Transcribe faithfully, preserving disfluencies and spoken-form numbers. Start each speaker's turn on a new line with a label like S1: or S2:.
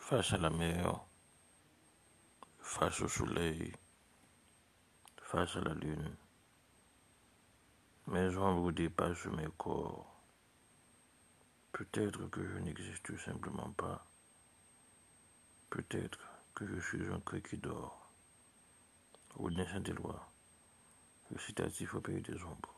S1: face à la mer, face au soleil, face à la lune. Mes ombres dépassent mes corps. Peut-être que je n'existe tout simplement pas. Peut-être que je suis un cri qui dort. Audin Saint-Éloi, récitatif au pays des ombres.